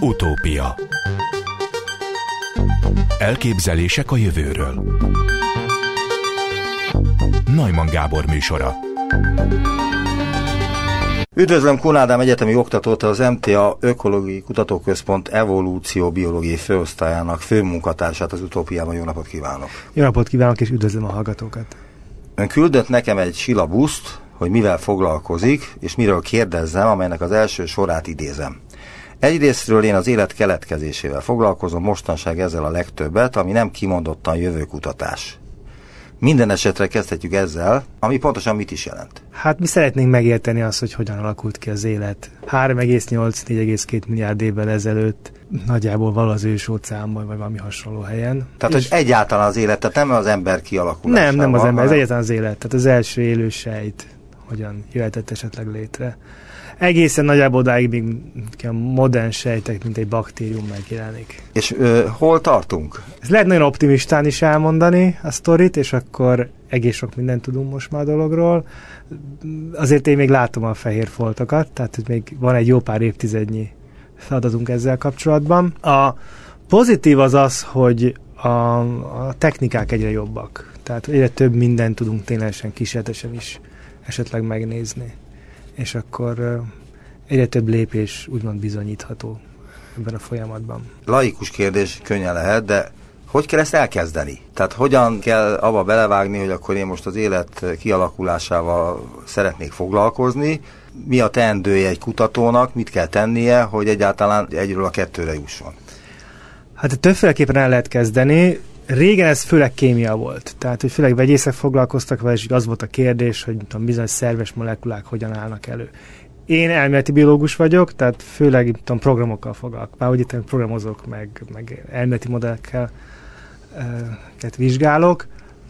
Utópia. Elképzelések a jövőről. Neumann Gábor műsora. Üdvözlöm Kun Ádám egyetemi oktatót, az MTA Ökológiai Kutatóközpont evolúció-biológiai főosztályának főmunkatársát az Utópiában. Jó napot kívánok! Jó napot kívánok, és üdvözlöm a hallgatókat! Ön küldött nekem egy silabuszt, hogy mivel foglalkozik, és miről kérdezzem, amelynek az első sorát idézem. Egyrésztről én az élet keletkezésével foglalkozom, mostanság ezzel a legtöbbet, ami nem kimondottan jövőkutatás. Minden esetre kezdhetjük ezzel, ami pontosan mit is jelent. Hát mi szeretnénk megérteni azt, hogy hogyan alakult ki az élet. 3,8-4,2 milliárd évvel ezelőtt nagyjából val az ősóceánban, vagy valami hasonló helyen. Tehát, hogy egyáltalán az élet, tehát nem az ember kialakulásával. Nem az ember, ez egyáltalán az élet. Tehát az első élő sejt hogyan jöhetett esetleg létre. Egészen nagyjából odáig még a modern sejtek, mint egy baktérium megjelenik. És hol tartunk? Ez lehet nagyon optimistán is elmondani a sztorit, és akkor egész sok mindent tudunk most már a dologról. Azért én még látom a fehér foltokat, tehát hogy még van egy jó pár évtizednyi feladatunk ezzel kapcsolatban. A pozitív az, hogy a technikák egyre jobbak. Tehát egyre több mindent tudunk ténylegesen kísérletesen is esetleg megnézni. És akkor egyre több lépés úgymond bizonyítható ebben a folyamatban. Laikus kérdés könnyen lehet, de hogy kell ezt elkezdeni? Tehát hogyan kell abba belevágni, hogy akkor én most az élet kialakulásával szeretnék foglalkozni? Mi a teendője egy kutatónak, mit kell tennie, hogy egyáltalán egyről a kettőre jusson? Hát többféleképpen el lehet kezdeni. Régen ez főleg kémia volt, tehát hogy főleg vegyészek foglalkoztak vele, és az volt a kérdés, hogy bizonyos szerves molekulák hogyan állnak elő. Én elméleti biológus vagyok, tehát főleg programokkal foglalkozok, már hogy itt programozok, meg elméleti modelleket vizsgálok.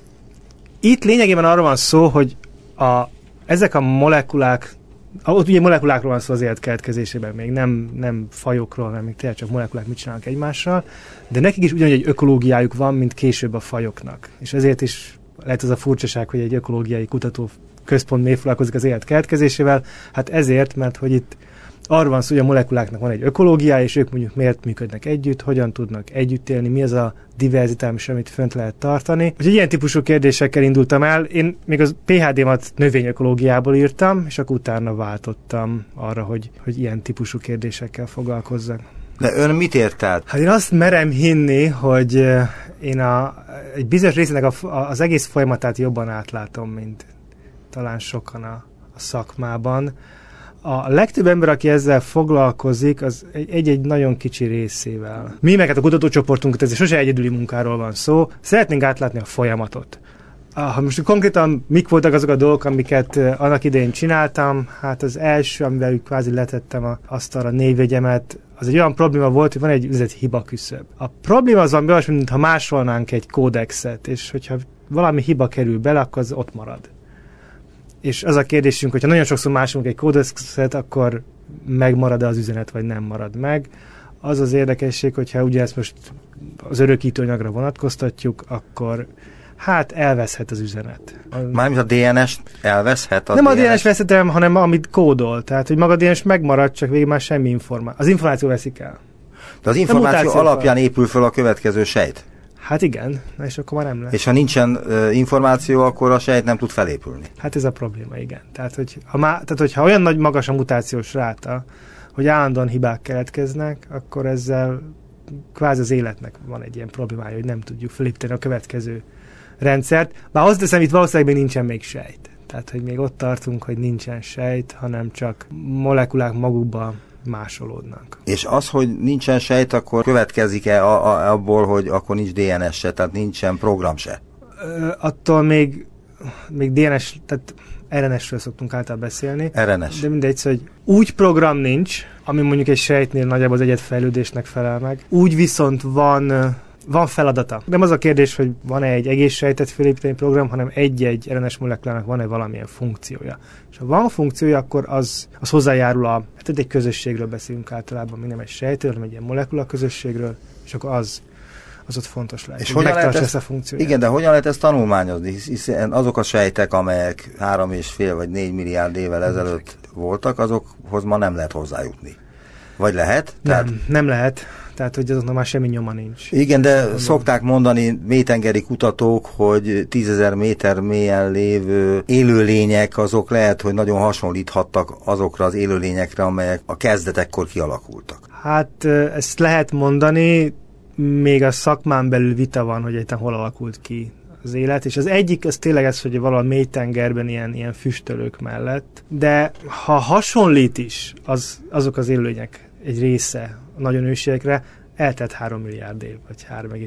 Itt lényegében arról van szó, hogy ezek a molekulák, ott ugye molekulákról van szó az élet keletkezésében, még nem fajokról, hanem még tényleg csak molekulák mit csinálnak egymással, de nekik is ugyanúgy egy ökológiájuk van, mint később a fajoknak. És ezért is lehet az a furcsaság, hogy egy ökológiai kutatóközpont miért foglalkozik az élet keletkezésével. Hát ezért, mert hogy itt arról van szó, hogy a molekuláknak van egy ökológiája, és ők mondjuk miért működnek együtt, hogyan tudnak együtt élni, mi az a diverzitás, amit fönt lehet tartani. Úgyhogy ilyen típusú kérdésekkel indultam el. Én még az PhD-mat növényökológiából írtam, és akkor utána váltottam arra, hogy ilyen típusú kérdésekkel foglalkozzak. De ön mit ért el? Hát én azt merem hinni, hogy én egy bizonyos részének az egész folyamatát jobban átlátom, mint talán sokan a szakmában. A legtöbb ember, aki ezzel foglalkozik, az egy nagyon kicsi részével. Mi meg hát a kutatócsoportunkat, ez sose egyedüli munkáról van szó, szeretnénk átlátni a folyamatot. Ha most konkrétan mik voltak azok a dolgok, amiket annak idején csináltam, hát az első, amivel kvázi letettem a asztalra névjegyemet, az egy olyan probléma volt, hogy van egy üzleti hiba küszöb. A probléma az valami olyasmi, mintha másolnánk egy kódexet, és hogyha valami hiba kerül bele, akkor az ott marad. És az a kérdésünk, hogyha nagyon sokszor másolunk egy kódexet, akkor megmarad-e az üzenet, vagy nem marad meg. Az az érdekesség, hogyha ugye ezt most az örökítőanyagra vonatkoztatjuk, akkor hát elveszhet az üzenet. Mármint a DNS elveszhet? Nem a DNS veszhetem, hanem amit kódol. Tehát, hogy maga a DNS megmarad, csak végül már semmi információ. Az információ veszik el. De az információ alapján épül föl a következő sejt? Hát igen, és akkor már nem lesz. És ha nincsen információ, akkor a sejt nem tud felépülni. Hát ez a probléma, igen. Tehát, hogyha olyan nagy magas a mutációs ráta, hogy állandóan hibák keletkeznek, akkor ezzel kvázi az életnek van egy ilyen problémája, hogy nem tudjuk felépíteni a következő rendszert. Bár hozzáteszem, itt valószínűleg még nincsen még sejt. Tehát, hogy még ott tartunk, hogy nincsen sejt, hanem csak molekulák magukba másolódnak. És az, hogy nincsen sejt, akkor következik-e abból, hogy akkor nincs DNS se, tehát nincsen program se? Attól még DNS, tehát RNS-ről szoktunk általában beszélni. RNS. De mindegy, hogy úgy program nincs, ami mondjuk egy sejtnél nagyjából az egyedfejlődésnek felel meg. Úgy viszont van feladata. Nem az a kérdés, hogy van-e egy egész sejtet felépíteni program, hanem egy-egy RNS molekulának van-e valamilyen funkciója. És ha van funkciója, akkor az hozzájárul hát egy közösségről beszélünk általában, még nem egy sejtről, hanem egy ilyen molekula közösségről, és akkor az ott fontos lehet. És hogyan lehet ezt a funkcióját. Igen, de hogyan lehet ezt tanulmányozni? Hiszen azok a sejtek, amelyek 3,5 vagy 4 milliárd évvel ezelőtt voltak, azokhoz ma nem lehet hozzájutni. Vagy lehet? Nem lehet. Tehát, hogy azoknak már semmi nyoma nincs. Igen, de szokták mondani mélytengeri kutatók, hogy 10 000 méter mélyen lévő élőlények, azok lehet, hogy nagyon hasonlíthattak azokra az élőlényekre, amelyek a kezdetekkor kialakultak. Hát ezt lehet mondani, még a szakmán belül vita van, hogy egyáltalán hol alakult ki az élet, és az egyik az tényleg ez, hogy valahol mélytengerben ilyen füstölők mellett, de ha hasonlít is azok az élőlények egy része a nagyon ősiekre, eltelt 3 milliárd év, vagy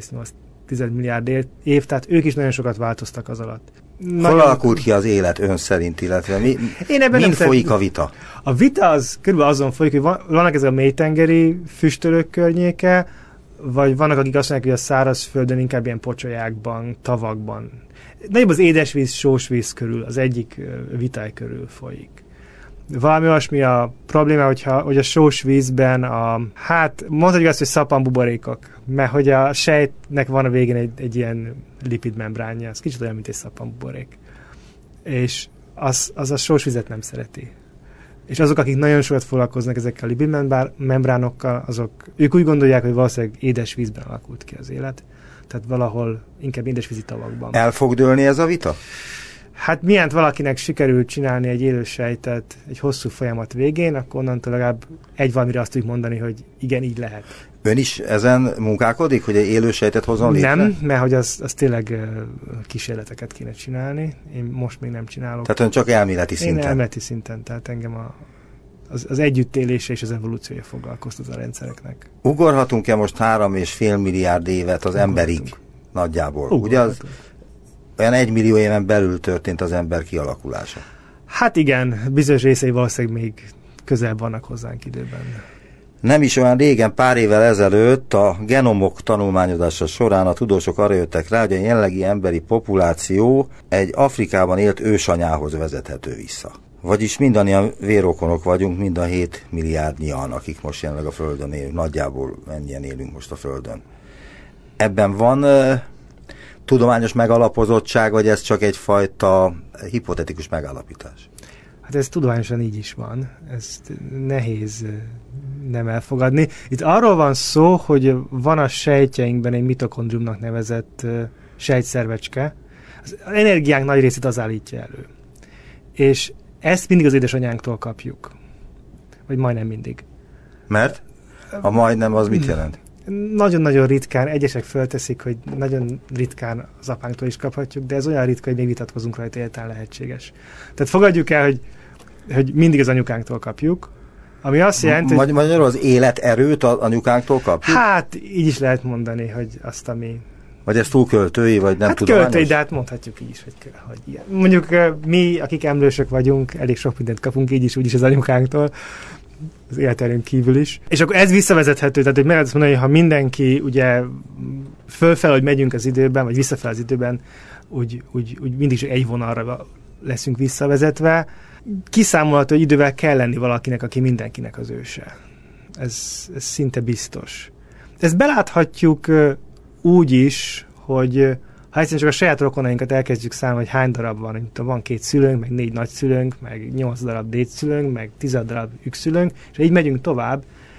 3,8 milliárd év, tehát ők is nagyon sokat változtak az alatt. Hol alakult ki az élet ön szerint, illetve mind folyik a vita? A vita az körülbelül azon folyik, hogy vannak ezek a mélytengeri füstölők környéke, vagy vannak, akik azt mondják, hogy a szárazföldön inkább ilyen pocsolyákban, tavakban. Nagyobb az édesvíz, sósvíz körül, az egyik vitály körül folyik. Valami olyasmi a probléma, hogy a sós vízben mondhatjuk azt, hogy szappanbuborékok, mert hogy a sejtnek van a végén egy ilyen lipidmembránja, az kicsit olyan, mint egy szappanbuborék. És az a sós vizet nem szereti. És azok, akik nagyon sokat foglalkoznak ezekkel a lipidmembránokkal, ők úgy gondolják, hogy valószínűleg édesvízben alakult ki az élet. Tehát valahol inkább édesvízi tavakban. El fog dőlni ez a vita? Hát miért valakinek sikerült csinálni egy élősejtet egy hosszú folyamat végén, akkor onnantól legalább valamire azt tudjuk mondani, hogy igen, így lehet. Ön is ezen munkálkodik, hogy egy élősejtet hozzon létre? Nem, mert hogy az tényleg kísérleteket kéne csinálni. Én most még nem csinálok. Tehát ön csak elméleti szinten? Én elméleti szinten, tehát engem az együttélése és az evolúciója foglalkoztat a rendszereknek. Ugorhatunk-e most 3,5 milliárd évet az emberig nagyjából? Ugye az olyan 1 millió éven belül történt az ember kialakulása. Hát igen, bizonyos részei valószínűleg még közel vannak hozzánk időben. Nem is olyan régen, pár évvel ezelőtt a genomok tanulmányozása során a tudósok arra jöttek rá, hogy a jelenlegi emberi populáció egy Afrikában élt ősanyához vezethető vissza. Vagyis mindannyian vérokonok vagyunk, mind a 7 milliárdnyian, akik most jelenleg a Földön élünk. Nagyjából mennyien élünk most a Földön. Ebben van tudományos megalapozottság, vagy ez csak egyfajta hipotetikus megállapítás? Hát ez tudományosan így is van. Ezt nehéz nem elfogadni. Itt arról van szó, hogy van a sejtjeinkben egy mitokondriumnak nevezett sejtszervecske. Az energiánk nagy részét az állítja elő. És ezt mindig az édesanyánktól kapjuk. Vagy majdnem mindig. Mert? A majdnem az mit jelent? Nagyon-nagyon ritkán, egyesek fölteszik, hogy nagyon ritkán az apánktól is kaphatjuk, de ez olyan ritka, hogy még vitatkozunk rajta, egyáltalán lehetséges. Tehát fogadjuk el, hogy mindig az anyukánktól kapjuk, ami azt jelenti, hogy... Magyarul az életerőt az anyukánktól kapjuk? Hát, így is lehet mondani, hogy azt, ami... Vagy ez túl költői, vagy nem tudományos? Hát költői, de hát mondhatjuk így is, hogy ilyen. Mondjuk mi, akik emlősök vagyunk, elég sok mindent kapunk így is, úgy is az anyukánktól, az életerőn kívül is. És akkor ez visszavezethető, tehát hogy meg lehet mondani, hogy ha mindenki ugye fölfel, hogy megyünk az időben, vagy visszafel az időben, úgy mindig csak egy vonalra leszünk visszavezetve. Kiszámolható, hogy idővel kell lenni valakinek, aki mindenkinek az őse. Ez szinte biztos. Ezt beláthatjuk úgy is, hogy ha egyszerűen csak a saját rokonainkat elkezdjük számolni, hogy hány darab van, van 2 szülőnk, meg 4 nagyszülőnk, meg 8 darab dédszülőnk, meg 10 darab ükszülőnk, és így megyünk tovább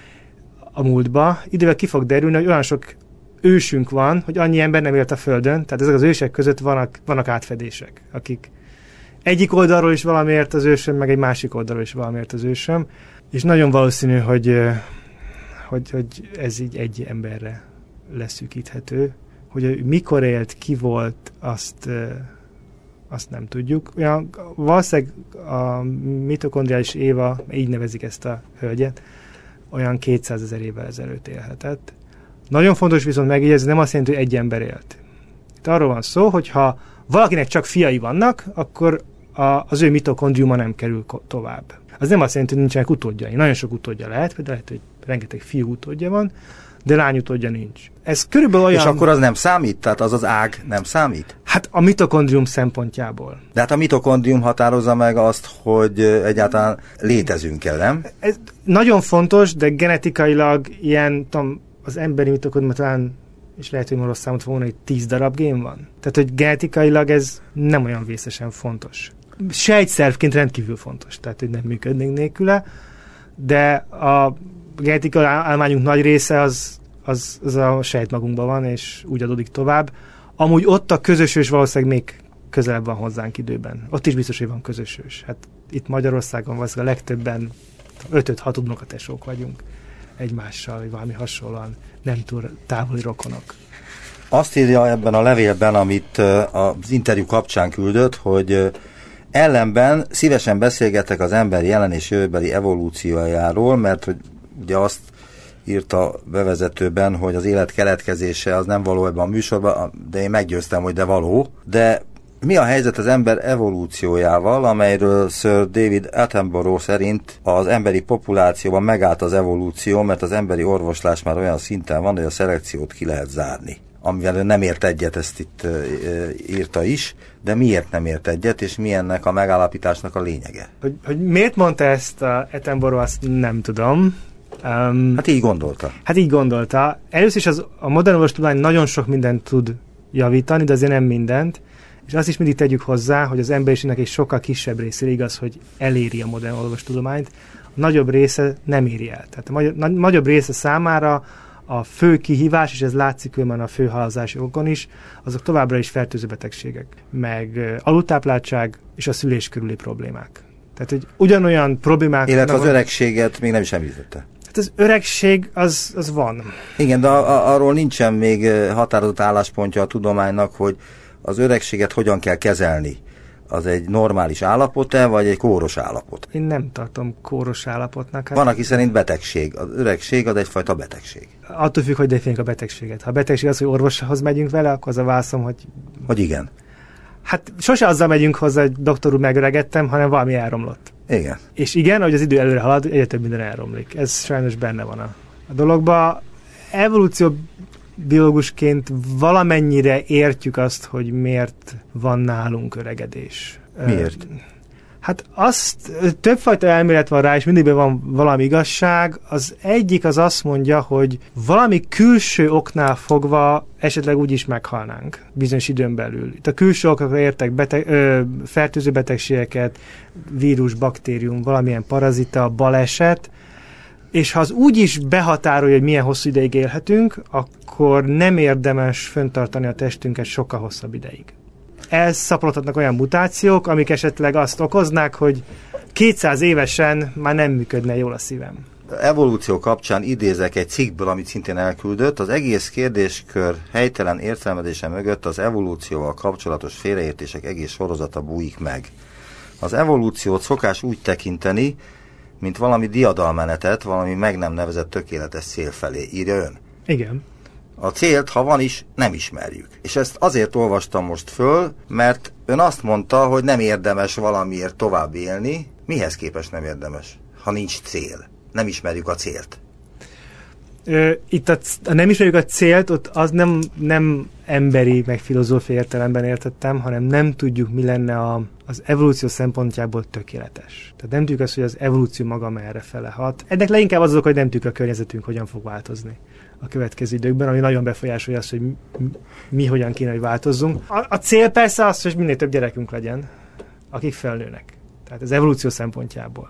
a múltba, idővel ki fog derülni, hogy olyan sok ősünk van, hogy annyi ember nem élt a Földön, tehát ezek az ősek között vannak átfedések, akik egyik oldalról is valamiért az ősöm, meg egy másik oldalról is valamiért az ősöm, és nagyon valószínű, hogy ez így egy emberre leszűkíthető. Hogy mikor élt, ki volt, azt nem tudjuk. Olyan, valószínűleg a mitokondriális Éva, így nevezik ezt a hölgyet, olyan 200 000 évvel ezelőtt élhetett. Nagyon fontos viszont megjegyezni, nem azt jelenti, hogy egy ember élt. Itt arról van szó, hogy ha valakinek csak fiai vannak, akkor az ő mitokondriuma nem kerül tovább. Az nem azt jelenti, hogy nincsenek utódjai. Nagyon sok utódja lehet, de lehet, hogy rengeteg fiú utódja van, de lányutódja nincs. Ez körülbelül olyan... És akkor az nem számít? Tehát az ág nem számít? Hát a mitokondrium szempontjából. De hát a mitokondrium határozza meg azt, hogy egyáltalán létezünk-e, nem? Ez nagyon fontos, de genetikailag ilyen, tudom, az emberi mitokondrium talán, és lehet, hogy rossz számot volna, hogy 10 darab gén van. Tehát, hogy genetikailag ez nem olyan vészesen fontos. Sejtszervként rendkívül fontos, tehát, hogy nem működnénk nélküle, de genetikai állományunk nagy része az a sejtmagunkban van, és úgy adódik tovább. Amúgy ott a közösős valószínűleg még közelebb van hozzánk időben. Ott is biztos, hogy van közösős. Hát itt Magyarországon valószínűleg a legtöbben 5-6 unokatesók vagyunk egymással, vagy valami hasonlóan nem túl távoli rokonok. Azt írja ebben a levélben, amit az interjú kapcsán küldött, hogy ellenben szívesen beszélgetek az ember jelen és jövőbeli evolúciójáról, mert hogy ugye azt írta bevezetőben, hogy az élet keletkezése az nem való ebben a műsorban, de én meggyőztem, hogy de való. De mi a helyzet az ember evolúciójával, amelyről Sir David Attenborough szerint az emberi populációban megállt az evolúció, mert az emberi orvoslás már olyan szinten van, hogy a szelekciót ki lehet zárni. Amivel ő nem ért egyet, ezt itt írta is, de miért nem ért egyet, és mi ennek a megállapításnak a lényege? Hogy miért mondta ezt Attenborough, azt nem tudom. Hát így gondolta. Hát így gondolta. Először is a modern orvostudomány nagyon sok mindent tud javítani, de azért nem mindent. És azt is mindig tegyük hozzá, hogy az emberiségnek egy sokkal kisebb része igaz, hogy eléri a modern orvostudományt. A nagyobb része nem éri el. Tehát a nagyobb része számára a fő kihívás, és ez látszik különben a fő halálozási okon is, azok továbbra is fertőző betegségek, meg alultápláltság és a szülés körüli problémák. Tehát, hogy ugyanolyan problémák... Illetve az öregséget még nem is említette. Hát az öregség az van. Igen, de arról nincsen még határozott álláspontja a tudománynak, hogy az öregséget hogyan kell kezelni. Az egy normális állapot-e, vagy egy kóros állapot? Én nem tartom kóros állapotnak. Hát van, aki szerint betegség. Az öregség az egyfajta betegség. Attól függ, hogy definiáljuk a betegséget. Ha a betegség az, hogy orvoshoz megyünk vele, akkor az a válaszom, hogy... Hogy igen? Hát sose azzal megyünk hozzá, hogy doktor úr, megöregedtem, hanem valami elromlott. Igen. És igen, hogy az idő előre halad, egyre több minden elromlik. Ez sajnos benne van a dologban. Evolúció biológusként valamennyire értjük azt, hogy miért van nálunk öregedés. Miért? Hát azt, többfajta elmélet van rá, és mindig van valami igazság. Az egyik az azt mondja, hogy valami külső oknál fogva esetleg úgy is meghalnánk bizonyos időn belül. Itt a külső okokra értek fertőző betegségeket, vírus, baktérium, valamilyen parazita, baleset, és ha az úgy is behatárolja, hogy milyen hosszú ideig élhetünk, akkor nem érdemes fenntartani a testünket sokkal hosszabb ideig. Elszaporodhatnak olyan mutációk, amik esetleg azt okoznák, hogy 200 évesen már nem működne jól a szívem. Evolúció kapcsán idézek egy cikkből, amit szintén elküldött. Az egész kérdéskör helytelen értelmezése mögött az evolúcióval kapcsolatos félreértések egész sorozata bújik meg. Az evolúciót szokás úgy tekinteni, mint valami diadalmenetet, valami meg nem nevezett tökéletes cél felé, írja ön. Igen. A célt, ha van is, nem ismerjük. És ezt azért olvastam most föl, mert ön azt mondta, hogy nem érdemes valamiért tovább élni. Mihez képest nem érdemes, ha nincs cél? Nem ismerjük a célt. Itt nem ismerjük a célt, ott az nem emberi, meg filozófiai értelemben értettem, hanem nem tudjuk, mi lenne az evolúció szempontjából tökéletes. Tehát nem tudjuk azt, hogy az evolúció maga merre fele hat. Ennek leginkább az, hogy nem tudjuk a környezetünk hogyan fog változni a következő időkben, ami nagyon befolyásolja azt, hogy mi hogyan kéne, hogy változzunk. A cél persze az, hogy minél több gyerekünk legyen, akik felnőnek. Tehát az evolúció szempontjából.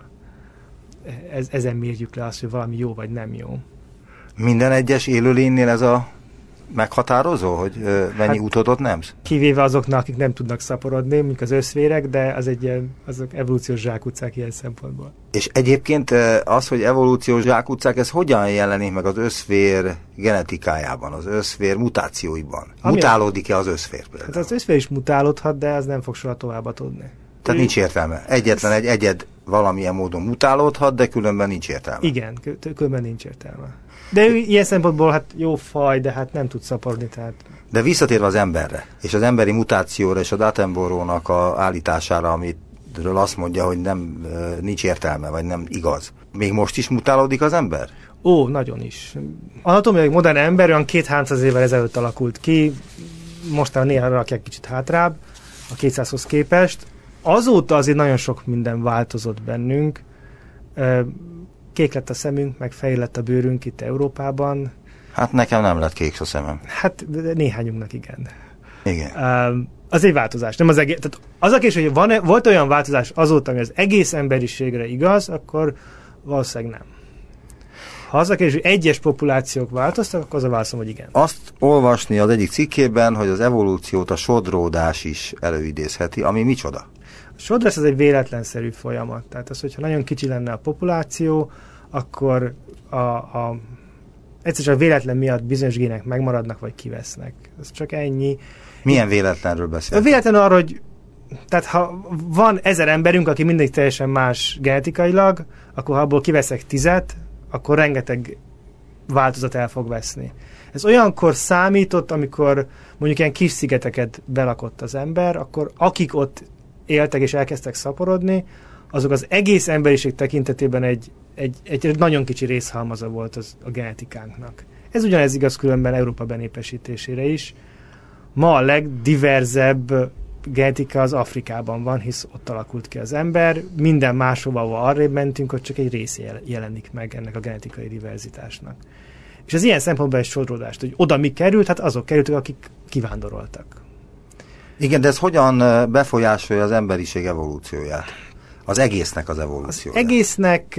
Ezen mérjük le azt, hogy valami jó vagy nem jó. Minden egyes élőlénynél ez a meghatározó, hogy mennyi utódot nemz? Kivéve azoknak, akik nem tudnak szaporodni, mint az összvérek, de azok evolúciós zsákutcák ilyen szempontból. És egyébként az, hogy evolúciós zsákutcák, ez hogyan jelenik meg az összvér genetikájában, az összvér mutációiban? Mutálódik-e az összvér például? Hát az összvér is mutálódhat, de az nem fog soha továbbadni. Tehát nincs értelme. Egyetlen egy egyed valamilyen módon mutálódhat, de különben nincs értelme. Igen, különben nincs értelme. De ő ilyen szempontból hát jó faj, de hát nem tud szaporodni, tehát... De visszatérve az emberre, és az emberi mutációra, és a Attenborough-nak a állítására, amiről azt mondja, hogy nincs értelme, vagy nem igaz. Még most is mutálódik az ember? Ó, nagyon is. Anatómiai modern ember olyan 200-300 évvel ezelőtt alakult ki, mostanában néha rakják kicsit hátrább a 200-hoz képest. Azóta azért nagyon sok minden változott bennünk. Kék lett a szemünk, meg fehér lett a bőrünk itt Európában. Hát nekem nem lett kék a szemem. Hát néhányunknak igen. Igen. Az egy változás. Nem az egész, tehát az a kérdés, hogy volt olyan változás azóta, ami az egész emberiségre igaz, akkor valószínűleg nem. Ha az a kérdés, hogy egyes populációk változtak, akkor az a válaszom, hogy igen. Azt olvasni az egyik cikkében, hogy az evolúciót a sodródás is előidézheti, ami micsoda? A sodrás az egy véletlenszerű folyamat. Tehát az, hogyha nagyon kicsi lenne a populáció, akkor egyszerűen a véletlen miatt bizonyos gének megmaradnak, vagy kivesznek. Ez csak ennyi. Milyen véletlenről beszélünk? A véletlen arra, hogy tehát ha van 1000 emberünk, aki mindig teljesen más genetikailag, akkor ha abból kiveszek 10-et, akkor rengeteg változat el fog veszni. Ez olyankor számított, amikor mondjuk ilyen kis szigeteket belakott az ember, akkor akik ott éltek és elkezdtek szaporodni, azok az egész emberiség tekintetében egy nagyon kicsi részhalmaza volt a genetikánknak. Ez ugyanez igaz különben Európa benépesítésére is. Ma a legdiverzebb genetika az Afrikában van, hisz ott alakult ki az ember. Minden máshova, ahol arrébb mentünk, ott csak egy rész jelenik meg ennek a genetikai diverzitásnak. És az ilyen szempontból egy sodródást, hogy oda mi került, hát azok kerültek, akik kivándoroltak. Igen, de ez hogyan befolyásolja az emberiség evolúcióját? Az egésznek az evolúcióját? Az egésznek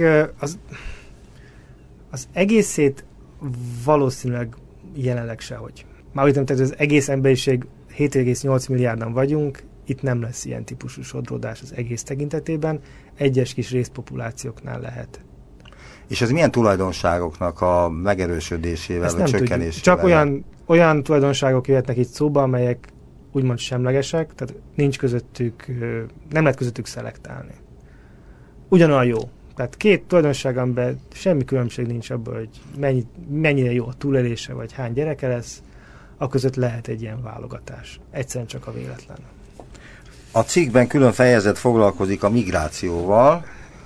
az egészét valószínűleg jelenleg sehogy. Már úgy tehát az egész emberiség 7,8 milliárdan vagyunk, itt nem lesz ilyen típusú sodródás az egész tekintetében, egyes kis részpopulációknál lehet. És ez milyen tulajdonságoknak a megerősödésével, vagy csökkenésével? Csak olyan tulajdonságok jöhetnek itt szóba, amelyek úgymond semlegesek, tehát nincs közöttük, nem lehet közöttük szelektálni. Ugyanolyan jó. Tehát két tulajdonság, amiben semmi különbség nincs abban, hogy mennyire jó a túlélése, vagy hány gyereke lesz, aközött lehet egy ilyen válogatás. Egyszerűen csak a véletlen. A cikkben külön fejezet foglalkozik a migrációval,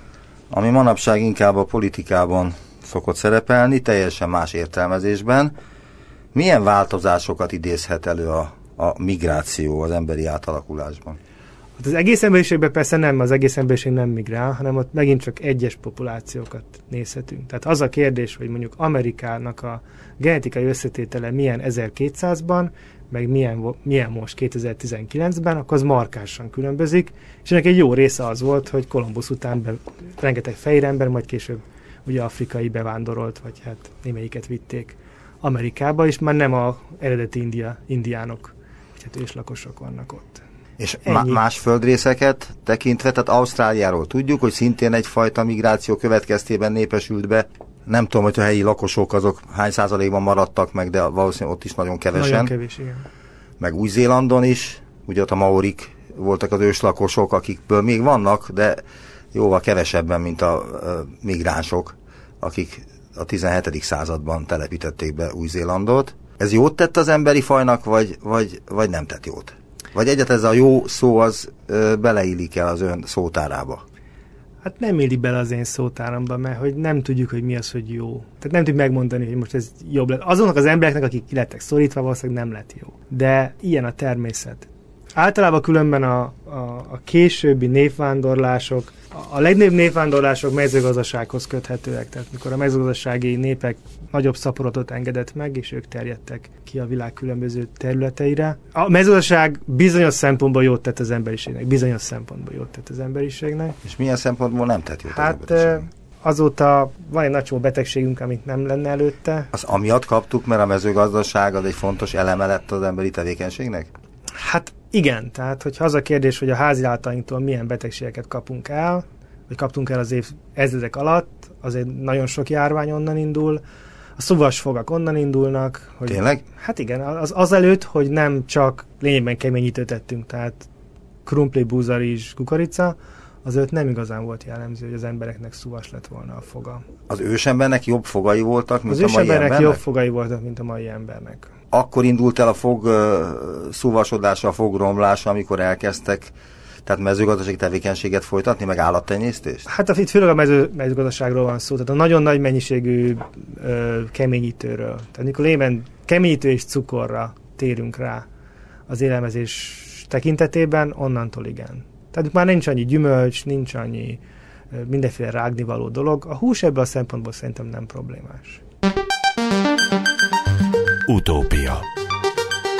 ami manapság inkább a politikában szokott szerepelni, teljesen más értelmezésben. Milyen változásokat idézhet elő a migráció az emberi átalakulásban? Hát az egész emberiségben persze nem, az egész emberiség nem migrál, hanem ott megint csak egyes populációkat nézhetünk. Tehát az a kérdés, hogy mondjuk Amerikának a genetikai összetétele milyen 1200-ban, meg milyen most 2019-ben, akkor az markánsan különbözik, és ennek egy jó része az volt, hogy Kolumbusz után rengeteg fehér ember, majd később ugye afrikai bevándorolt, vagy hát némelyiket vitték Amerikába, és már nem az eredeti indiánok, vagy hát őslakosok vannak ott. És más földrészeket tekintve, tehát Ausztráliáról tudjuk, hogy szintén egyfajta migráció következtében népesült be. Nem tudom, hogy a helyi lakosok azok hány százalékban maradtak meg, de valószínűleg ott is nagyon kevesen. Nagyon kevés, igen. Meg Új-Zélandon is, ugye ott a maorik voltak az őslakosok, akikből még vannak, de jóval kevesebben, mint a migránsok, akik a 17. században telepítették be Új-Zélandot. Ez jót tett az emberi fajnak, vagy nem tett jót? Vagy egyáltalán ez a jó szó az beleillik el az ön szótárába? Hát nem illik bele az én szótáramba, mert hogy nem tudjuk, hogy mi az, hogy jó. Tehát nem tudjuk megmondani, hogy most ez jobb lett. Azonnak az embereknek, akik ki lettek szorítva, valószínűleg nem lett jó. De ilyen a természet. Általában különben a későbbi népvándorlások, a legnagyobb népvándorlások mezőgazdasághoz köthetőek. Tehát mikor a mezőgazdasági népek nagyobb szaporodot engedett meg, és ők terjedtek ki a világ különböző területeire. A mezőgazdaság bizonyos szempontból jót tett az emberiségnek. Bizonyos szempontból jót tett az emberiségnek. És milyen szempontból nem tett jót az emberiségnek? Azóta van egy nagy csomó betegségünk, amit nem lenne előtte. Az amiatt kaptuk, mert a mezőgazdaság az egy fontos eleme lett az emberi tevékenységnek? Hát igen, tehát hogyha az a kérdés, hogy a háziállatainktól milyen betegségeket kapunk el, vagy kaptunk el az évtizedek alatt, azért nagyon sok járvány onnan indul, a szuvasfogak onnan indulnak. Hogy, tényleg? Hát igen, azelőtt, hogy nem csak lényegben keményítőt tettünk, tehát krumpli, búzarizs, kukorica, azért nem igazán volt jellemző, hogy az embereknek szuvas lett volna a foga. Az ősembernek jobb fogai voltak, mint az a mai embernek? Az ősembernek jobb fogai voltak, mint a mai embernek. Akkor indult el a fog szúvasodása, a fogromlása, amikor elkezdtek tehát mezőgazdasági tevékenységet folytatni, meg állattenyésztést? Hát itt főleg a mezőgazdaságról van szó, tehát a nagyon nagy mennyiségű keményítőről. Tehát mikor lényegben keményítő és cukorra térünk rá az élelmezés tekintetében, onnantól igen. Tehát már nincs annyi gyümölcs, nincs annyi mindenféle rágnivaló dolog. A hús ebből a szempontból szerintem nem problémás. Utópia.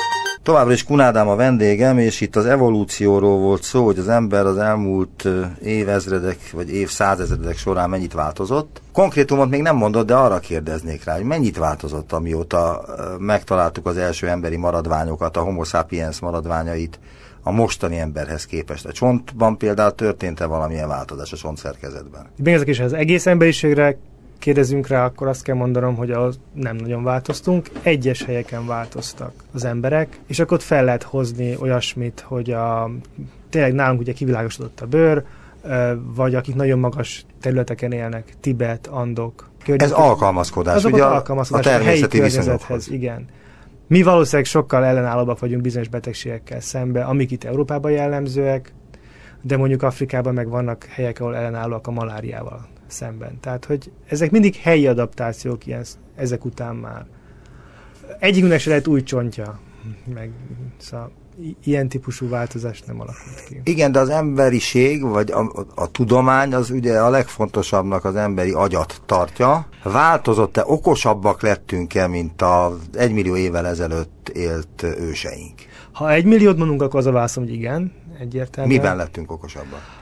Továbbra is Kun Ádám a vendégem, és itt az evolúcióról volt szó, hogy az ember az elmúlt évezredek vagy évszázezredek során mennyit változott. Konkrétumot még nem mondott, de arra kérdeznék rá, hogy mennyit változott, amióta megtaláltuk az első emberi maradványokat, a Homo sapiens maradványait a mostani emberhez képest. A csontban például történt-e valamilyen változás a csontszerkezetben? Még ezek is az egész emberiségre kérdezünk rá, akkor azt kell mondanom, hogy nem nagyon változtunk. Egyes helyeken változtak az emberek, és akkor ott fel lehet hozni olyasmit, hogy tényleg nálunk ugye kivilágosodott a bőr, vagy akik nagyon magas területeken élnek, Tibet, Andok. Ez alkalmazkodás, ugye alkalmazkodás a természeti viszonyokhoz. Igen. Mi valószínűleg sokkal ellenállóbbak vagyunk bizonyos betegségekkel szembe, amik itt Európában jellemzőek, de mondjuk Afrikában meg vannak helyek, ahol ellenállóak a maláriával szemben. Tehát, hogy ezek mindig helyi adaptációk ezek után már. Egyikünknek se lehet új csontja, meg szóval ilyen típusú változás nem alakult ki. Igen, de az emberiség, vagy a tudomány az ugye a legfontosabbnak az emberi agyat tartja. Változott-e, okosabbak lettünk-e, mint az 1 millió évvel ezelőtt élt őseink? Ha 1 milliót mondunk, akkor az a válaszom, hogy igen, egyértelműen. Miben lettünk okosabbak?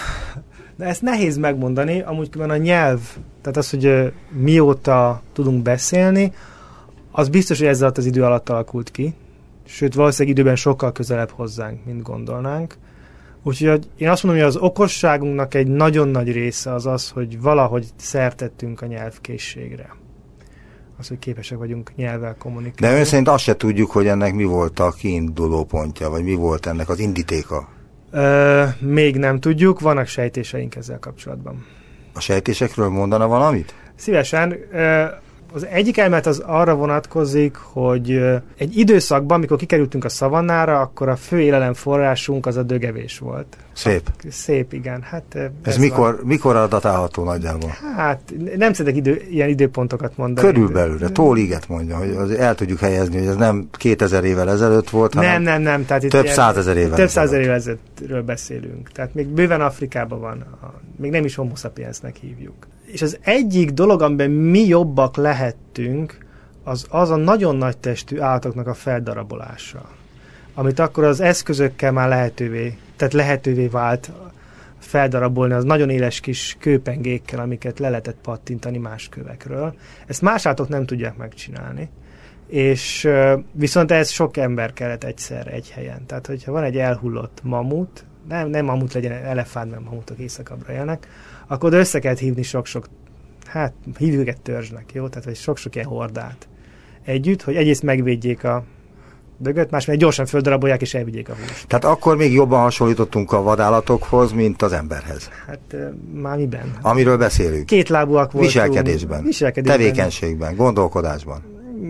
De ezt nehéz megmondani, amúgy a nyelv, tehát az, hogy mióta tudunk beszélni, az biztos, hogy ezzel az idő alatt alakult ki. Sőt, valószínűleg időben sokkal közelebb hozzánk, mint gondolnánk. Úgyhogy én azt mondom, hogy az okosságunknak egy nagyon nagy része az, hogy valahogy szertettünk a nyelvkészségre. Az, hogy képesek vagyunk nyelvvel kommunikálni. De ön szerint azt se tudjuk, hogy ennek mi volt a kiinduló pontja, vagy mi volt ennek az indítéka? Még nem tudjuk, vannak sejtéseink ezzel kapcsolatban. A sejtésekről mondana valamit? Szívesen. Az egyik elmélet az arra vonatkozik, hogy egy időszakban, amikor kikerültünk a szavannára, akkor a fő élelemforrásunk az a dögevés volt. Szép. Szép, igen. Hát, ez mikor datálható nagyjából? Hát nem szeretek ilyen időpontokat mondani. Körülbelül, de tóliget mondja, hogy el tudjuk helyezni, hogy ez nem 2000 évvel ezelőtt volt, hanem nem. Tehát itt több százezer évvel több százezer évvel ezelőttről beszélünk. Tehát még bőven Afrikában van, még nem is Homo sapiensnek hívjuk. És az egyik dolog, amiben mi jobbak lehettünk, az a nagyon nagy testű állatoknak a feldarabolása. Amit akkor az eszközökkel már lehetővé vált feldarabolni, az nagyon éles kis kőpengékkel, amiket le lehetett pattintani más kövekről. Ezt más állatok nem tudják megcsinálni. És viszont ez sok ember kellett egyszerre egy helyen. Tehát, hogyha van egy elhullott mamut, nem mamut legyen, elefánt, mert mamutok éjszakabbra élnek, akkor össze kell hívni sok-sok, hívjuk őket törzsnek, jó? Tehát, hogy sok-sok ilyen hordát együtt, hogy egyrészt megvédjék a dögöt, másrészt gyorsan földarabolják és elvigyék a húst. Tehát akkor még jobban hasonlítottunk a vadállatokhoz, mint az emberhez. Hát már miben? Amiről beszélünk. Kétlábúak voltunk. Viselkedésben. Tevékenységben, gondolkodásban.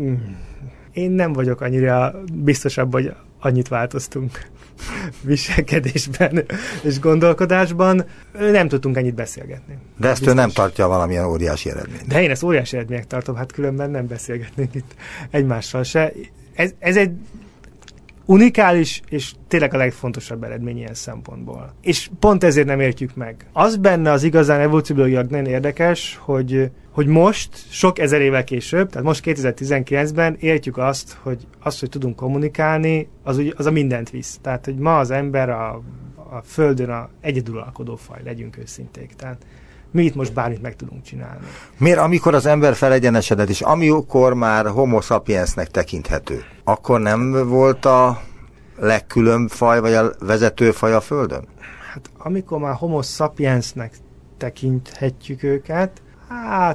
Én nem vagyok annyira biztosabb, hogy annyit változtunk viselkedésben és gondolkodásban. Nem tudtunk ennyit beszélgetni. De ezt ő nem tartja valamilyen óriási eredményt. De én ezt óriási eredménynek tartom, hát különben nem beszélgetnénk itt egymással se. Ez egy unikális és tényleg a legfontosabb eredmény ilyen szempontból. És pont ezért nem értjük meg. Az benne az igazán evolúcióbiológiailag nagyon érdekes, hogy most, sok ezer évvel később, tehát most 2019-ben értjük azt, hogy tudunk kommunikálni, az a mindent visz. Tehát, hogy ma az ember a Földön a egyedülalkodó faj, legyünk őszinték. Tehát mi itt most bármit meg tudunk csinálni. Miért, amikor az ember felegyenesedett, és amikor már Homo sapiensnek tekinthető, akkor nem volt a legkülönbb faj, vagy a vezető faj a Földön? Hát amikor már Homo sapiensnek tekinthetjük őket, hát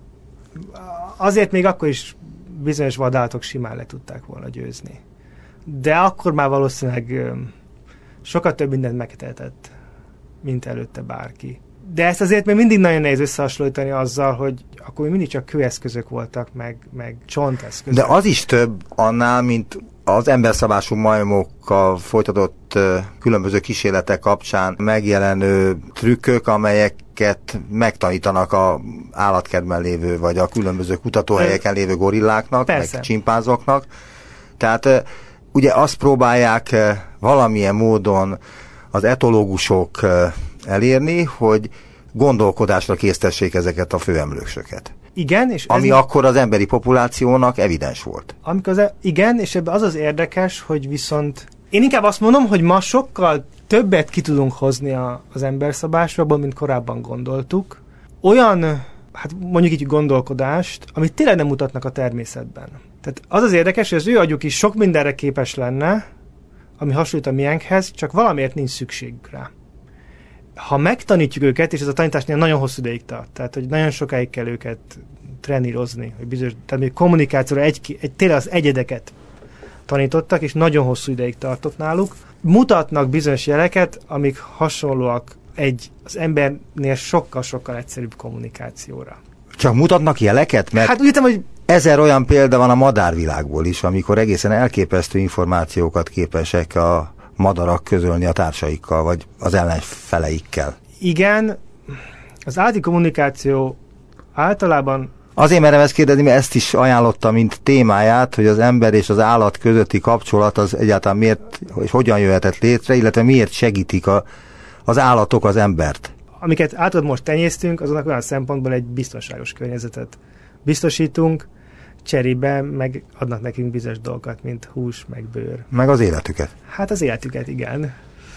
azért még akkor is bizonyos vadállatok simán le tudták volna győzni. De akkor már valószínűleg sokkal több mindent megtehetett, mint előtte bárki. De ezt azért még mindig nagyon nehéz összehasonlítani azzal, hogy akkor mindig csak kőeszközök voltak, meg csonteszközök. De az is több annál, mint az emberszabású majmokkal folytatott különböző kísérletek kapcsán megjelenő trükkök, amelyeket megtanítanak az állatkertben lévő, vagy a különböző kutatóhelyeken lévő gorilláknak, persze, meg csimpánzoknak. Tehát ugye azt próbálják valamilyen módon az etológusok elérni, hogy gondolkodásra késztessék ezeket a főemlősöket. Igen, és ami akkor az emberi populációnak evidens volt. Igen, és ebben az érdekes, hogy viszont én inkább azt mondom, hogy ma sokkal többet ki tudunk hozni az emberszabásról, mint korábban gondoltuk. Olyan, hát mondjuk így gondolkodást, amit tényleg nem mutatnak a természetben. Tehát az érdekes, hogy az ő agyuk is sok mindenre képes lenne, ami hasonlít a miénkhez, csak valamiért nincs szükségük rá. Ha megtanítjuk őket, és ez a tanításnél nagyon hosszú ideig tart, tehát hogy nagyon sokáig kell őket trenírozni, hogy bizonyos, tehát még kommunikációra tényleg az egyedeket tanítottak, és nagyon hosszú ideig tartott náluk. Mutatnak bizonyos jeleket, amik hasonlóak az embernél sokkal-sokkal egyszerűbb kommunikációra. Csak mutatnak jeleket? Mert hát úgy értem, hogy 1000 olyan példa van a madárvilágból is, amikor egészen elképesztő információkat képesek a madarak közölni a társaikkal, vagy az ellenfeleikkel. Igen, az állati kommunikáció általában... Azért merem ezt kérdezni, mert ezt is ajánlotta, mint témáját, hogy az ember és az állat közötti kapcsolat az egyáltalán miért, hogy hogyan jöhetett létre, illetve miért segítik az állatok az embert. Amiket általában most tenyésztünk, azonnak olyan szempontból egy biztonságos környezetet biztosítunk, cserébe meg adnak nekünk bizonyos dolgokat, mint hús, meg bőr. Meg az életüket. Hát az életüket, igen.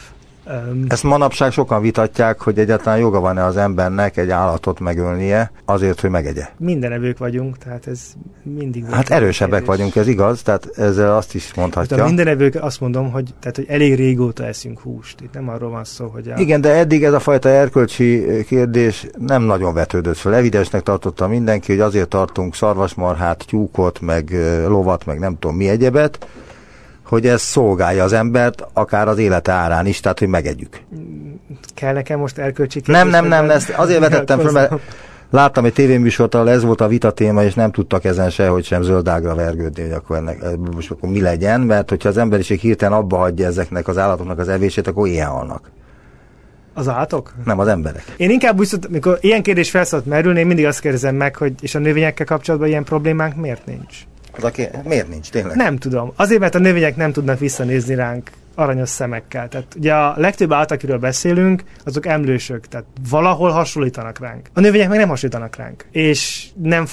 Ezt manapság sokan vitatják, hogy egyáltalán joga van-e az embernek egy állatot megölnie azért, hogy megegye. Mindenevők vagyunk, tehát ez mindig... Hát erősebbek vagyunk, ez igaz, tehát ezzel azt is mondhatja. Hát a mindenevők azt mondom, hogy elég régóta eszünk húst. Itt nem arról van szó, hogy... Igen, de eddig ez a fajta erkölcsi kérdés nem nagyon vetődött fel. Evidensnek tartotta mindenki, hogy azért tartunk szarvasmarhát, tyúkot, meg lovat, meg nem tudom mi egyebet, hogy ez szolgálja az embert, akár az élete árán is, tehát, hogy megegyük. Kell nekem most erkölcsi kérdés? Nem, ezt azért vetettem fel, mert láttam egy tévéműsort, ahol ez volt a vita téma, és nem tudtak ezen sehogy sem zöldágra vergődni, hogy akkor most akkor mi legyen, mert hogyha az emberiség hirtelen abba hagyja ezeknek az állatoknak az evését, akkor ilyen halnak. Az állatok? Nem, az emberek. Én inkább úgy szoktam, amikor ilyen kérdés felszólt merülni, én mindig azt kérdezem meg, hogy és a növényekkel kapcsolatban ilyen problémánk miért nincs? Miért nincs, tényleg? Nem tudom. Azért, mert a növények nem tudnak visszanézni ránk aranyos szemekkel. Tehát ugye a legtöbb állat, akiről beszélünk, azok emlősök, tehát valahol hasonlítanak ránk. A növények meg nem hasonlítanak ránk. És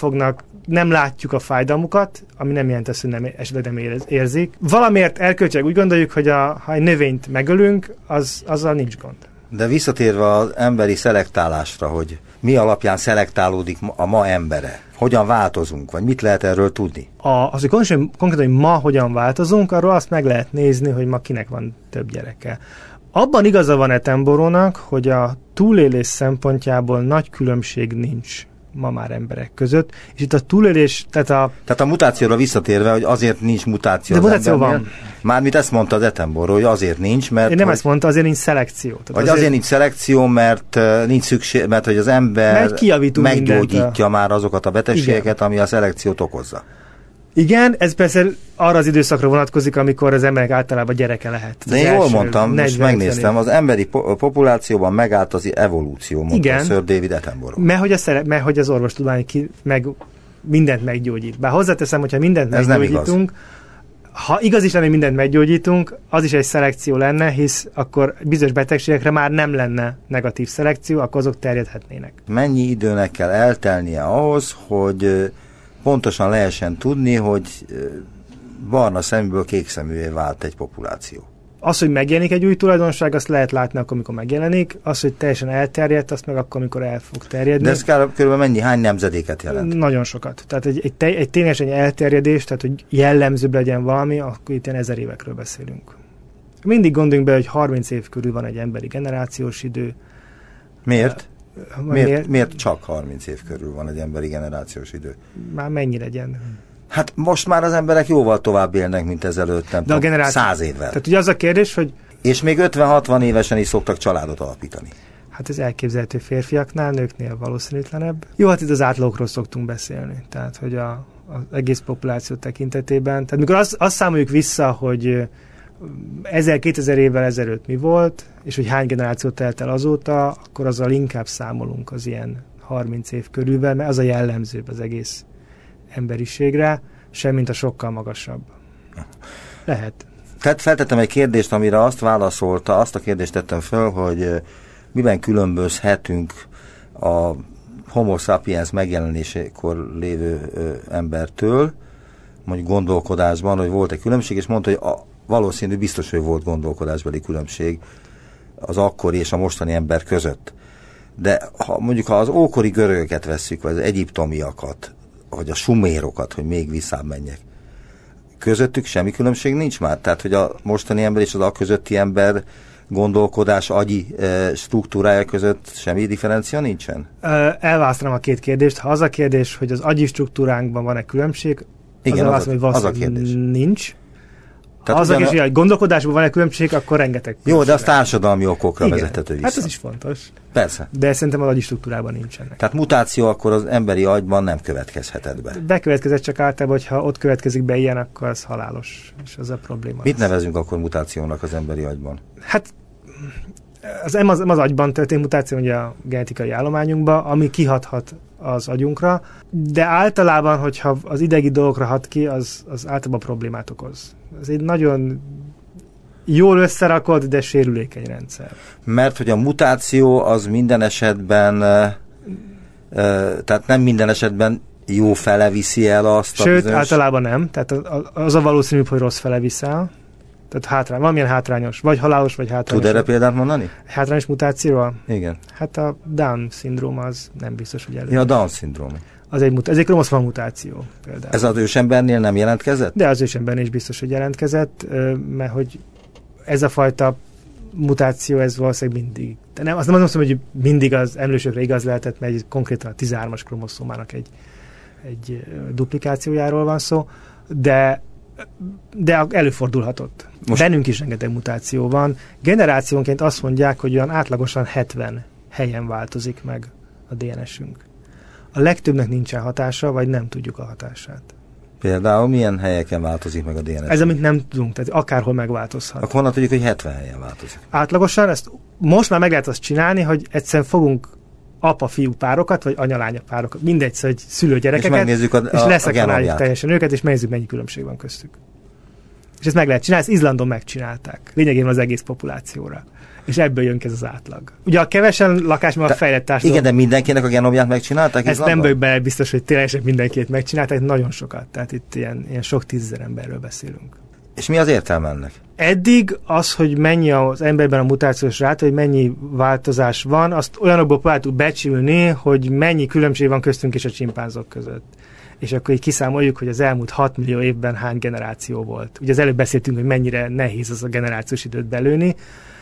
nem látjuk a fájdalmukat, ami nem jelent azt, hogy esetleg nem érzik. Valamiért erkölcsileg úgy gondoljuk, hogy ha egy növényt megölünk, azzal nincs gond. De visszatérve az emberi szelektálásra, hogy mi alapján szelektálódik a ma embere? Hogyan változunk? Vagy mit lehet erről tudni? Az, hogy konkrétan, hogy ma hogyan változunk, arról azt meg lehet nézni, hogy ma kinek van több gyereke. Abban igaza van Attenborough-nak, hogy a túlélés szempontjából nagy különbség nincs ma már emberek között, és itt a túlélés, tehát a mutációra visszatérve, hogy azért nincs mutáció de az mutáció embernél. van. Mármint ezt mondta az Attenborough, hogy azért nincs, mert... Én nem ezt mondta, azért nincs szelekció. Vagy azért nincs szelekció, mert nincs szükség, mert hogy az ember meggyógyítja már azokat a betegségeket, igen, ami a szelekciót okozza. Igen, ez persze arra az időszakra vonatkozik, amikor az emberek általában gyereke lehet. De én jól mondtam, most megnéztem, az emberi populációban megállt az evolúció, mondta Sir David Attenborough. Mert hogy az orvostudomány mindent meggyógyít. Bár hozzáteszem, hogyha mindent meggyógyítunk, ha igaz is lenne, hogy mindent meggyógyítunk, az is egy szelekció lenne, hisz akkor bizonyos betegségekre már nem lenne negatív szelekció, akkor azok terjedhetnének. Mennyi időnek kell eltelnie ahhoz, hogy pontosan lehessen tudni, hogy barna szeműből kék szeművé vált egy populáció? Az, hogy megjelenik egy új tulajdonság, azt lehet látni akkor, amikor megjelenik. Az, hogy teljesen elterjedt, azt meg akkor, amikor el fog terjedni. De ez körülbelül hány nemzedéket jelent? Nagyon sokat. Tehát egy ténylegesen elterjedés, tehát hogy jellemzőbb legyen valami, akkor itt 1000 évekről beszélünk. Mindig gondoljunk be, hogy 30 év körül van egy emberi generációs idő. Miért? Miért csak 30 év körül van egy emberi generációs idő? Már mennyi legyen? Hát most már az emberek jóval tovább élnek, mint ezelőtt, nem tudom, 100 évvel. Tehát ugye az a kérdés, hogy... És még 50-60 évesen is szoktak családot alapítani. Hát ez elképzelhető férfiaknál, nőknél valószínűtlenebb. Jó, hát itt az átlagokról szoktunk beszélni. Tehát, hogy az egész populáció tekintetében. Tehát mikor azt számoljuk vissza, hogy 1000-2000 évvel ezelőtt mi volt, és hogy hány generáció telt el azóta, akkor azzal inkább számolunk az ilyen 30 év körülvel, mert az a jellemzőbb az egész emberiségre, semmint a sokkal magasabb. Lehet. Tehát feltettem egy kérdést, amire azt válaszolta, azt a kérdést tettem föl, hogy miben különbözhetünk a Homo sapiens megjelenésekor lévő embertől, mondjuk gondolkodásban, hogy volt egy különbség, és mondta, hogy valószínű biztos, hogy volt gondolkodásbeli különbség az akkori és a mostani ember között. De ha az ókori görögöket vesszük, vagy az egyiptomiakat, vagy a sumérokat, hogy még visszább menjek, közöttük semmi különbség nincs már? Tehát, hogy a mostani ember és az közötti ember gondolkodás, agyi struktúrája között semmi differencia nincsen? Elválasztanám a két kérdést. Ha az a kérdés, hogy az agyi struktúránkban van-e különbség, igen, az a kérdés. Nincs. Ha az a kérdés, hogy gondolkodásban van-e különbség, akkor rengeteg különbség. Jó, de az társadalmi okokra vezethető vissza. Hát ez is fontos. Persze. De szerintem az agyi struktúrában nincsenek. Tehát mutáció akkor az emberi agyban nem következhetett be. Bekövetkezett, csak általában, hogyha ott következik be ilyen, akkor az halálos. És az a probléma. Mit nevezünk akkor mutációnak az emberi agyban? Hát az agyban történt mutáció, ugye a genetikai állományunkban, ami kihathat az agyunkra, de általában, hogyha az idegi dolgokra hat ki, az általában problémát okoz. Ez egy nagyon jól összerakott, de sérülékeny rendszer. Mert hogy a mutáció az minden esetben, tehát nem minden esetben jó fele viszi el azt a bizonyos... Sőt, általában nem. Tehát az a valószínűbb, hogy rossz fele viszel. Tehát valamilyen hátrányos, vagy halálos, vagy hátrányos. Tud erre példát mondani? Hátrányos mutációval? Igen. Hát a Down-szindróma az nem biztos, hogy előbb. Ja, a Down-szindróma. Ez egy kromoszom mutáció például. Ez az ősembernél nem jelentkezett? De az ősembernél is biztos, hogy jelentkezett, mert hogy ez a fajta mutáció, ez valószínűleg mindig. De nem, azt nem mondom, hogy mindig az emlősökre igaz lehetett, mert konkrétan a 13-as kromoszómának egy duplikációjáról van szó, de előfordulhatott. Bennünk is rengeteg mutáció van. Generációnként azt mondják, hogy olyan átlagosan 70 helyen változik meg a DNS-ünk. A legtöbbnek nincsen hatása, vagy nem tudjuk a hatását. Például milyen helyeken változik meg a DNS? Ez, amit nem tudunk, tehát akárhol megváltozhat. Akkor honnan tudjuk, hogy 70 helyen változik? Átlagosan ezt most már meg lehet azt csinálni, hogy egyszerűen fogunk apa-fiú párokat, vagy anya-lánya párokat, mindegy, hogy szülő-gyerekeket, és megnézzük és leszekaráljuk teljesen őket, és megnézzük, mennyi különbség van köztük. És ezt meg lehet csinálni, ezt Izlandon megcsinálták. Lényegében az egész populációra. És ebből jön ki ez az átlag. Ugye a kevesen lakásban a fejlett társadalom... Igen, de mindenkinek a genomját megcsinálták Ezt nem vagyok bele biztos, hogy tényleg mindenkit megcsinálták, nagyon sokat. Tehát itt ilyen sok tízezer emberről beszélünk. És mi az értelme ennek? Eddig az, hogy mennyi az emberben a mutációs ráta, hogy mennyi változás van, azt olyanokból próbáltuk becsülni, hogy mennyi különbség van köztünk és a csimpánzok között. És akkor így kiszámoljuk, hogy az elmúlt 6 millió évben hány generáció volt. Ugye az előbb beszéltünk, hogy mennyire nehéz az a generációs időt belőni,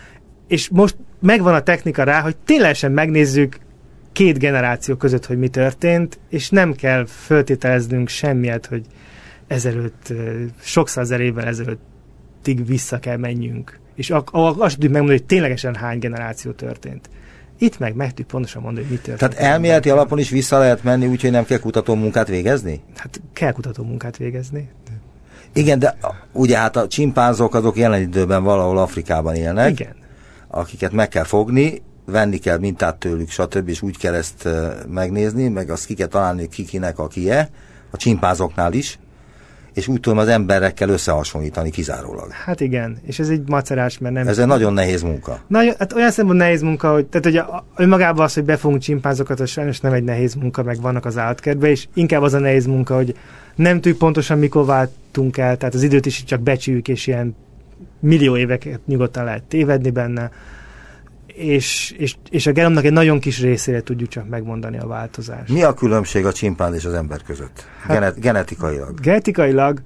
és most megvan a technika rá, hogy ténylegesen megnézzük 2 generáció között, hogy mi történt, és nem kell föltételeznünk semmiet, hogy ezelőtt, sok százezer évvel ezelőttig vissza kell menjünk. És azt tudjuk megmondani, hogy ténylegesen hány generáció történt. Itt meg tudjuk pontosan mondani, hogy mi történt. Tehát elméleti alapon is vissza lehet menni, úgyhogy nem kell kutató munkát végezni? Hát kell kutató munkát végezni. Igen, de ugye hát a csimpánzok azok jelen időben valahol Afrikában élnek. Igen. Akiket meg kell fogni, venni kell mintát tőlük, stb. És úgy kell ezt megnézni, meg azt ki kell találni, kinek akié, a csimpánzoknál is, és úgy tudom az emberekkel összehasonlítani kizárólag. Hát igen, és ez egy macerás, mert nem... Ez egy nagyon nehéz munka. Hát olyan szempontból nehéz munka, hogy, tehát ugye önmagában az, hogy befogunk csimpánzokat, az sajnos nem egy nehéz munka, meg vannak az állatkertben, és inkább az a nehéz munka, hogy nem tudjuk pontosan mikor váltunk el, tehát az időt is csak becsüljük, és ilyen millió éveket nyugodtan lehet tévedni benne, és a genomnak egy nagyon kis részére tudjuk csak megmondani a változást. Mi a különbség a csimpánz és az ember között? Hát, genetikailag. Genetikailag...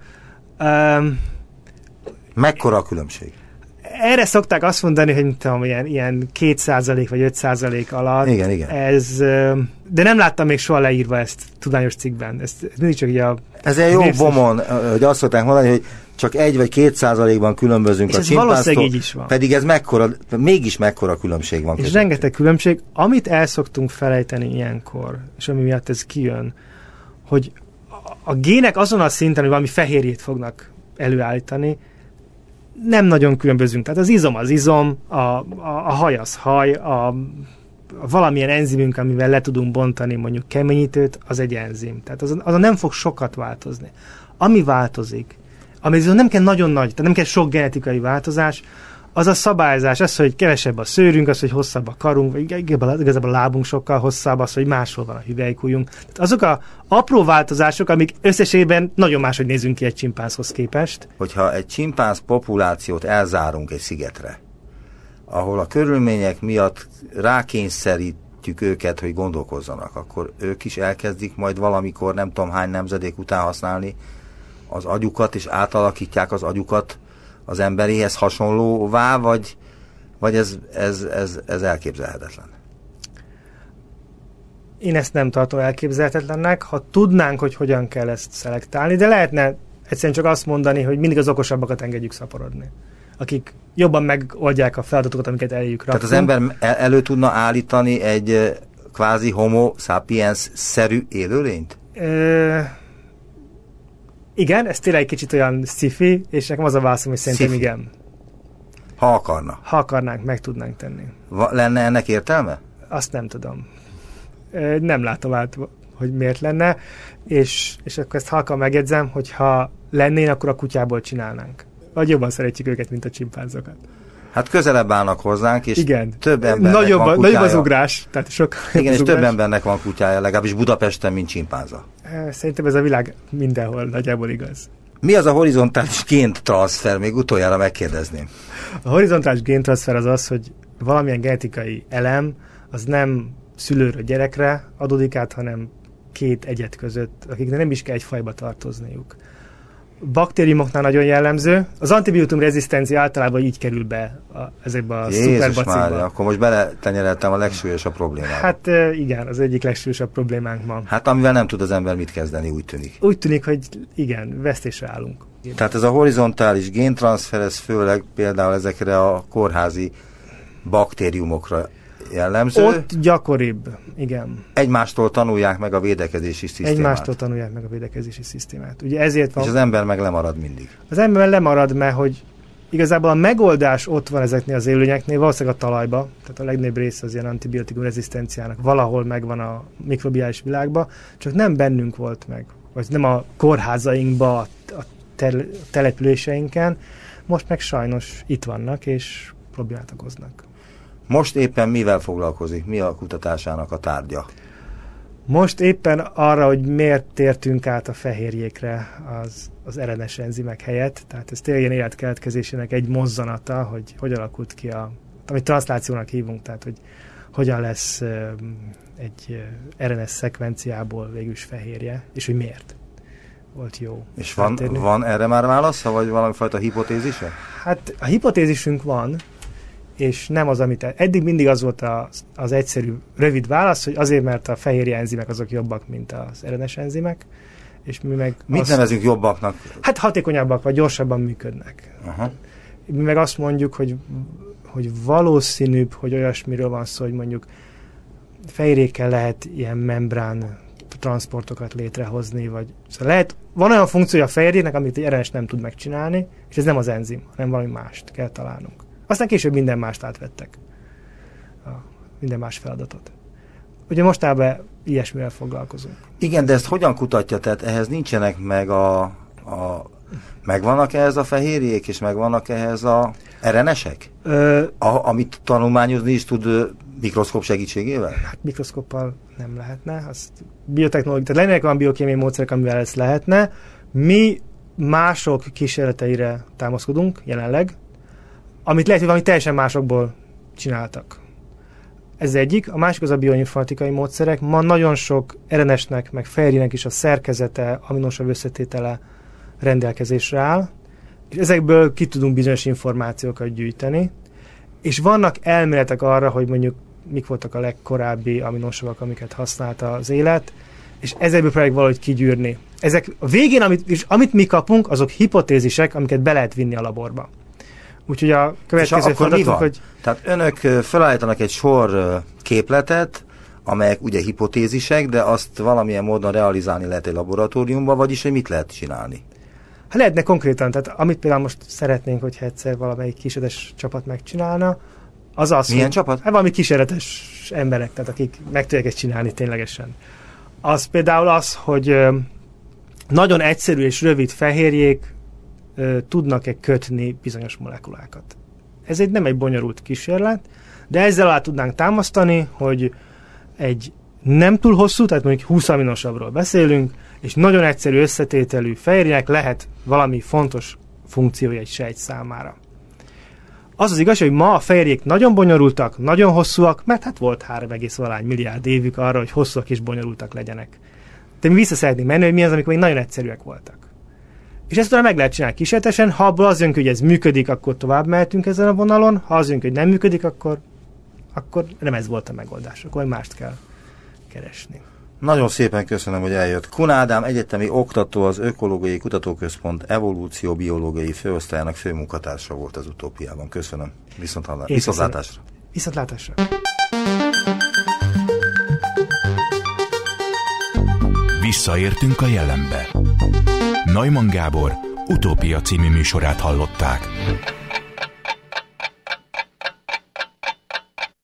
Mekkora a különbség? Erre szokták azt mondani, hogy tudom, ilyen 2% vagy 5% alatt. Igen. De nem láttam még soha leírva ezt tudományos cikkben. Ez mindig csak így ez egy jó bomon, hogy azt szokták mondani, hogy csak 1 vagy 2%-ban különbözünk és a csimpánztól, így is van. pedig ez mégis mekkora különbség van. És rengeteg különbség, amit el szoktunk felejteni ilyenkor, és ami miatt ez kijön, hogy a gének azon a szinten, hogy valami fehérjét fognak előállítani, nem nagyon különbözünk. Tehát az izom, a haj az haj, a valamilyen enzimünk, amivel le tudunk bontani mondjuk keményítőt, az egy enzim. Tehát azon nem fog sokat változni. Ami változik, ami viszont nem kell nagyon nagy, tehát nem kell sok genetikai változás, az a szabályzás, az, hogy kevesebb a szőrünk, az, hogy hosszabb a karunk, vagy igazából a lábunk sokkal hosszabb, az, hogy máshol van a hüvelykujjunk. Tehát azok a apró változások, amik összességében nagyon máshogy nézünk ki egy csimpánzhoz képest. Hogyha egy csimpánz populációt elzárunk egy szigetre, ahol a körülmények miatt rákényszerítjük őket, hogy gondolkozzanak, akkor ők is elkezdik majd valamikor, nem tudom hány nemzedék után használni az agyukat, és átalakítják az agyukat az emberihez hasonlóvá, vagy ez elképzelhetetlen? Én ezt nem tartom elképzelhetetlennek, ha tudnánk, hogy hogyan kell ezt szelektálni, de lehetne egyszerűen csak azt mondani, hogy mindig az okosabbakat engedjük szaporodni, akik jobban megoldják a feladatokat, amiket eléjük rakunk. Tehát az ember elő tudna állítani egy kvázi homo sapiens-szerű élőlényt? Igen, ez tényleg egy kicsit olyan sci-fi, és nekem az a válaszom, hogy szerintem Sci-fi. igen. Ha akarna. Ha akarnánk, meg tudnánk tenni. Lenne ennek értelme? Azt nem tudom. Nem látom át, hogy miért lenne, és akkor ezt halkan megjegyzem, hogy ha lennénk, akkor a kutyából csinálnánk. Vagy jobban szeretjük őket, mint a csimpánzokat. Hát közelebb állnak hozzánk, és igen. Több embernek van kutyája. Nagyobb az ugrás. Tehát igen, és több embernek van kutyája, legalábbis Budapesten, mint csimpánza. Szerintem ez a világ mindenhol nagyjából igaz. Mi az a horizontális géntranszfer? Még utoljára megkérdezném. A horizontális géntranszfer az az, hogy valamilyen genetikai elem, az nem szülőről gyerekre adódik át, hanem két egyed között, akiknek nem is kell egy fajba tartozniuk. Baktériumoknál nagyon jellemző. Az antibiotikum rezisztencia általában így kerül be ezekbe a szuperbacillba. Akkor most beletenyereltem a legsúlyosabb problémába. Hát igen, az egyik legsúlyosabb problémánk ma. Hát amivel nem tud az ember mit kezdeni, úgy tűnik. Úgy tűnik, hogy igen, vesztésre állunk. Tehát ez a horizontális géntranszfer, ez főleg például ezekre a kórházi baktériumokra jellemző. Ott gyakoribb, igen. Egymástól tanulják meg a védekezési szisztémát. Egymástól tanulják meg a védekezési szisztémát. Ugye ezért van. És az ember meg lemarad mindig. Az ember lemarad, mert hogy igazából a megoldás ott van ezeknél az élőnyeknél, valószínűleg a talajba, tehát a legnagyobb része az ilyen antibiotikum rezisztenciának valahol megvan a mikrobiális világban, csak nem bennünk volt meg, vagy nem a kórházainkba, a településeinken, most meg sajnos itt vannak, és problémát okoznak. Most éppen mivel foglalkozik? Mi a kutatásának a tárgya? Most éppen arra, hogy miért tértünk át a fehérjékre az RNS enzimek helyett. Tehát ez tényleg ilyen életkeletkezésének egy mozzanata, hogy alakult ki amit transzlációnak hívunk, tehát hogy hogyan lesz egy RNS szekvenciából végül is fehérje, és hogy miért volt jó. És van erre már válasza, vagy valamifajta hipotézise? Hát a hipotézisünk van, és nem az, amit eddig mindig az volt az egyszerű, rövid válasz, hogy azért, mert a fehérje enzimek azok jobbak, mint az RNS enzimek, és mi meg... Mit nevezünk jobbaknak? Hát hatékonyabbak, vagy gyorsabban működnek. Aha. Mi meg azt mondjuk, hogy valószínűbb, hogy olyasmiről van szó, hogy mondjuk fehérjékkel lehet ilyen membrán transportokat létrehozni, vagy szóval van olyan funkciója a fehérjének, amit egy RNS nem tud megcsinálni, és ez nem az enzim, hanem valami mást kell találnunk. Aztán később minden mást átvettek. Minden más feladatot. Ugye mostában ilyesmivel foglalkozunk. Igen, de ezt hogyan kutatja? Tehát ehhez nincsenek meg megvannak ehhez a fehérjék, és megvannak ehhez a RNS-ek? Amit tanulmányozni is tud mikroszkóp segítségével? Hát mikroszkóppal nem lehetne. Biotechnológia, tehát lennének olyan biokémiai módszerek, amivel ezt lehetne. Mi mások kísérleteire támaszkodunk jelenleg, amit lehet, hogy valami teljesen másokból csináltak. Ez egyik. A másik az a bioinformatikai módszerek. Ma nagyon sok RNS-nek, meg fehérjének is a szerkezete, aminosav összetétele rendelkezésre áll, és ezekből ki tudunk bizonyos információkat gyűjteni, és vannak elméletek arra, hogy mondjuk mik voltak a legkorábbi aminosavak, amiket használta az élet, és ezekből próbáljuk valahogy kigyűrni. Ezek a végén, amit mi kapunk, azok hipotézisek, amiket be lehet vinni a laborba. Úgyhogy a következő feladatunk, hogy... Tehát önök felállítanak egy sor képletet, amelyek ugye hipotézisek, de azt valamilyen módon realizálni lehet egy laboratóriumban, vagyis hogy mit lehet csinálni? Hát lehetne konkrétan, tehát amit például most szeretnénk, hogyha egyszer valamelyik kísérletes csapat megcsinálna, az az, milyen csapat? Hát valami kísérletes emberek, tehát akik meg tudják ezt csinálni ténylegesen. Az például az, hogy nagyon egyszerű és rövid fehérjék tudnak-e kötni bizonyos molekulákat. Ez nem egy bonyolult kísérlet, de ezzel alá tudnánk támasztani, hogy egy nem túl hosszú, tehát mondjuk 20 aminosavról beszélünk, és nagyon egyszerű összetételű fehérjének lehet valami fontos funkciója egy sejt számára. Az az igaz, hogy ma a fehérjék nagyon bonyolultak, nagyon hosszúak, mert hát volt 3,valány milliárd évük arra, hogy hosszúak és bonyolultak legyenek. De mi vissza szeretnénk menni, hogy mi az, amikor még nagyon egyszerűek voltak. És ezt utána meg lehet csinálni kísérletesen, ha abból az jön, hogy ez működik, akkor tovább mehetünk ezen a vonalon, ha az jön, hogy nem működik, akkor nem ez volt a megoldás, akkor mást kell keresni. Nagyon szépen köszönöm, hogy eljött. Kun Ádám egyetemi oktató, az Ökológiai Kutatóközpont evolúcióbiológiai főosztályának főmunkatársa volt az Utópiában. Köszönöm. Viszontlátásra. Viszontlátásra. Visszaértünk a jelenbe. Neumann Gábor Utópia című műsorát hallották.